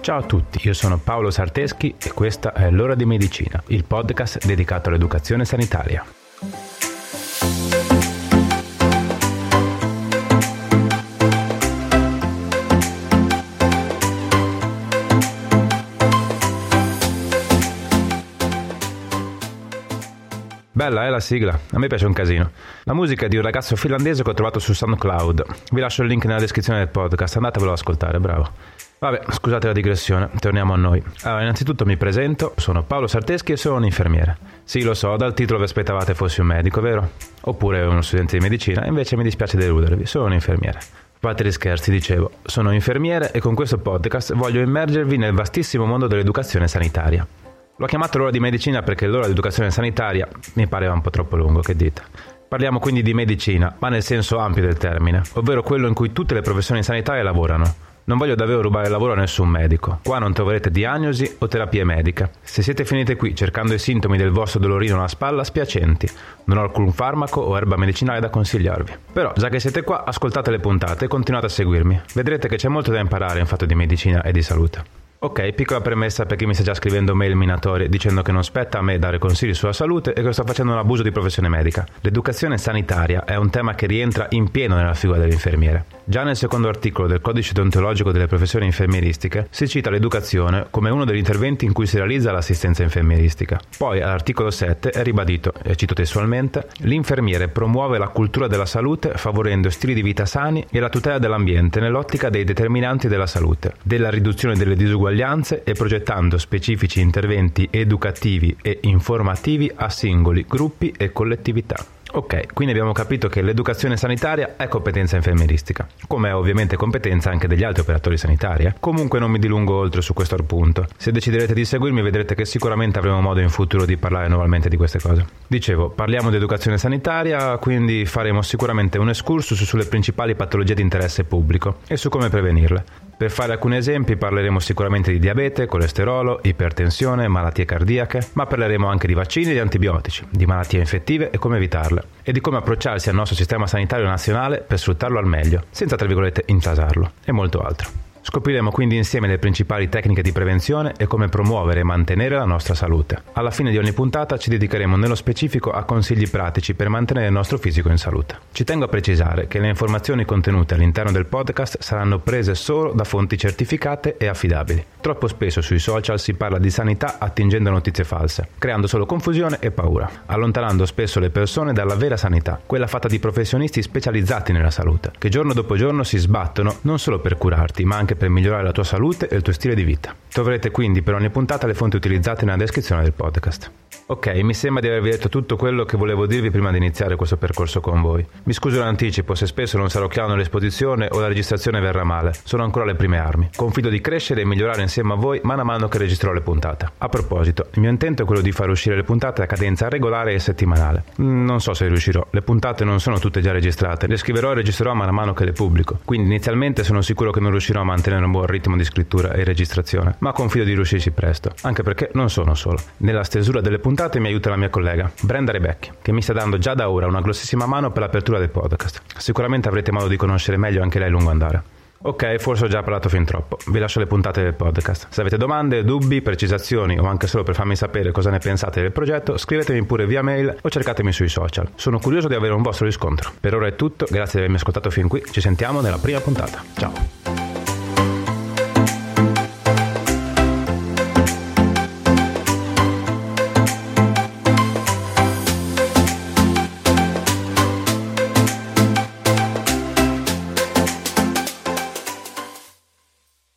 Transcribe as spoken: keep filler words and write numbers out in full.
Ciao a tutti, io sono Paolo Sarteschi e questa è L'Ora di Medicina, il podcast dedicato all'educazione sanitaria. Bella è la sigla, a me piace un casino. La musica è di un ragazzo finlandese che ho trovato su SoundCloud. Vi lascio il link nella descrizione del podcast, andatevelo ad ascoltare, bravo. Vabbè, scusate la digressione, torniamo a noi. Allora, innanzitutto mi presento, sono Paolo Sarteschi e sono un infermiere. Sì, lo so, dal titolo vi aspettavate fossi un medico, vero? Oppure uno studente di medicina, invece mi dispiace deludervi, sono un infermiere. A parte gli scherzi, dicevo, sono un infermiere e con questo podcast voglio immergervi nel vastissimo mondo dell'educazione sanitaria. L'ho chiamato L'Ora di Medicina perché l'ora di educazione sanitaria mi pareva un po' troppo lungo, che dite? Parliamo quindi di medicina, ma nel senso ampio del termine, ovvero quello in cui tutte le professioni sanitarie lavorano. Non voglio davvero rubare il lavoro a nessun medico. Qua non troverete diagnosi o terapie mediche. Se siete finite qui cercando i sintomi del vostro dolorino alla spalla, spiacenti. Non ho alcun farmaco o erba medicinale da consigliarvi. Però, già che siete qua, ascoltate le puntate e continuate a seguirmi. Vedrete che c'è molto da imparare in fatto di medicina e di salute. Ok, piccola premessa per chi mi sta già scrivendo mail minatorie dicendo che non spetta a me dare consigli sulla salute e che sto facendo un abuso di professione medica. L'educazione sanitaria è un tema che rientra in pieno nella figura dell'infermiere. Già nel secondo articolo del Codice deontologico delle professioni infermieristiche si cita l'educazione come uno degli interventi in cui si realizza l'assistenza infermieristica. Poi all'articolo sette è ribadito, e cito testualmente, l'infermiere promuove la cultura della salute favorendo stili di vita sani e la tutela dell'ambiente nell'ottica dei determinanti della salute, della riduzione delle disuguaglianze e progettando specifici interventi educativi e informativi a singoli, gruppi e collettività. Ok, quindi abbiamo capito che l'educazione sanitaria è competenza infermieristica, come è ovviamente competenza anche degli altri operatori sanitari. Eh? Comunque non mi dilungo oltre su questo punto. Se deciderete di seguirmi vedrete che sicuramente avremo modo in futuro di parlare nuovamente di queste cose. Dicevo, parliamo di educazione sanitaria, quindi faremo sicuramente un excursus sulle principali patologie di interesse pubblico e su come prevenirle. Per fare alcuni esempi parleremo sicuramente di diabete, colesterolo, ipertensione, malattie cardiache, ma parleremo anche di vaccini e di antibiotici, di malattie infettive e come evitarle, e di come approcciarsi al nostro sistema sanitario nazionale per sfruttarlo al meglio, senza tra virgolette intasarlo, e molto altro. Scopriremo quindi insieme le principali tecniche di prevenzione e come promuovere e mantenere la nostra salute. Alla fine di ogni puntata ci dedicheremo nello specifico a consigli pratici per mantenere il nostro fisico in salute. Ci tengo a precisare che le informazioni contenute all'interno del podcast saranno prese solo da fonti certificate e affidabili. Troppo spesso sui social si parla di sanità attingendo a notizie false, creando solo confusione e paura, allontanando spesso le persone dalla vera sanità, quella fatta di professionisti specializzati nella salute, che giorno dopo giorno si sbattono non solo per curarti, ma anche per migliorare la tua salute e il tuo stile di vita. Troverete quindi per ogni puntata le fonti utilizzate nella descrizione del podcast. Ok, mi sembra di avervi detto tutto quello che volevo dirvi prima di iniziare questo percorso con voi. Mi scuso in anticipo se spesso non sarò chiaro nell'esposizione o la registrazione verrà male. Sono ancora alle prime armi. Confido di crescere e migliorare insieme a voi mano a mano che registrerò le puntate. A proposito, il mio intento è quello di far uscire le puntate a cadenza regolare e settimanale. Non so se riuscirò, le puntate non sono tutte già registrate, le scriverò e registrerò mano a mano che le pubblico. Quindi inizialmente sono sicuro che non riuscirò a mantenere un buon ritmo di scrittura e registrazione, ma confido di riuscirci presto, anche perché non sono solo. Nella stesura delle puntate mi aiuta la mia collega, Brenda Rebecchi, che mi sta dando già da ora una grossissima mano per l'apertura del podcast. Sicuramente avrete modo di conoscere meglio anche lei a lungo andare. Ok, forse ho già parlato fin troppo. Vi lascio le puntate del podcast. Se avete domande, dubbi, precisazioni o anche solo per farmi sapere cosa ne pensate del progetto, scrivetemi pure via mail o cercatemi sui social. Sono curioso di avere un vostro riscontro. Per ora è tutto, grazie di avermi ascoltato fin qui. Ci sentiamo nella prima puntata. Ciao!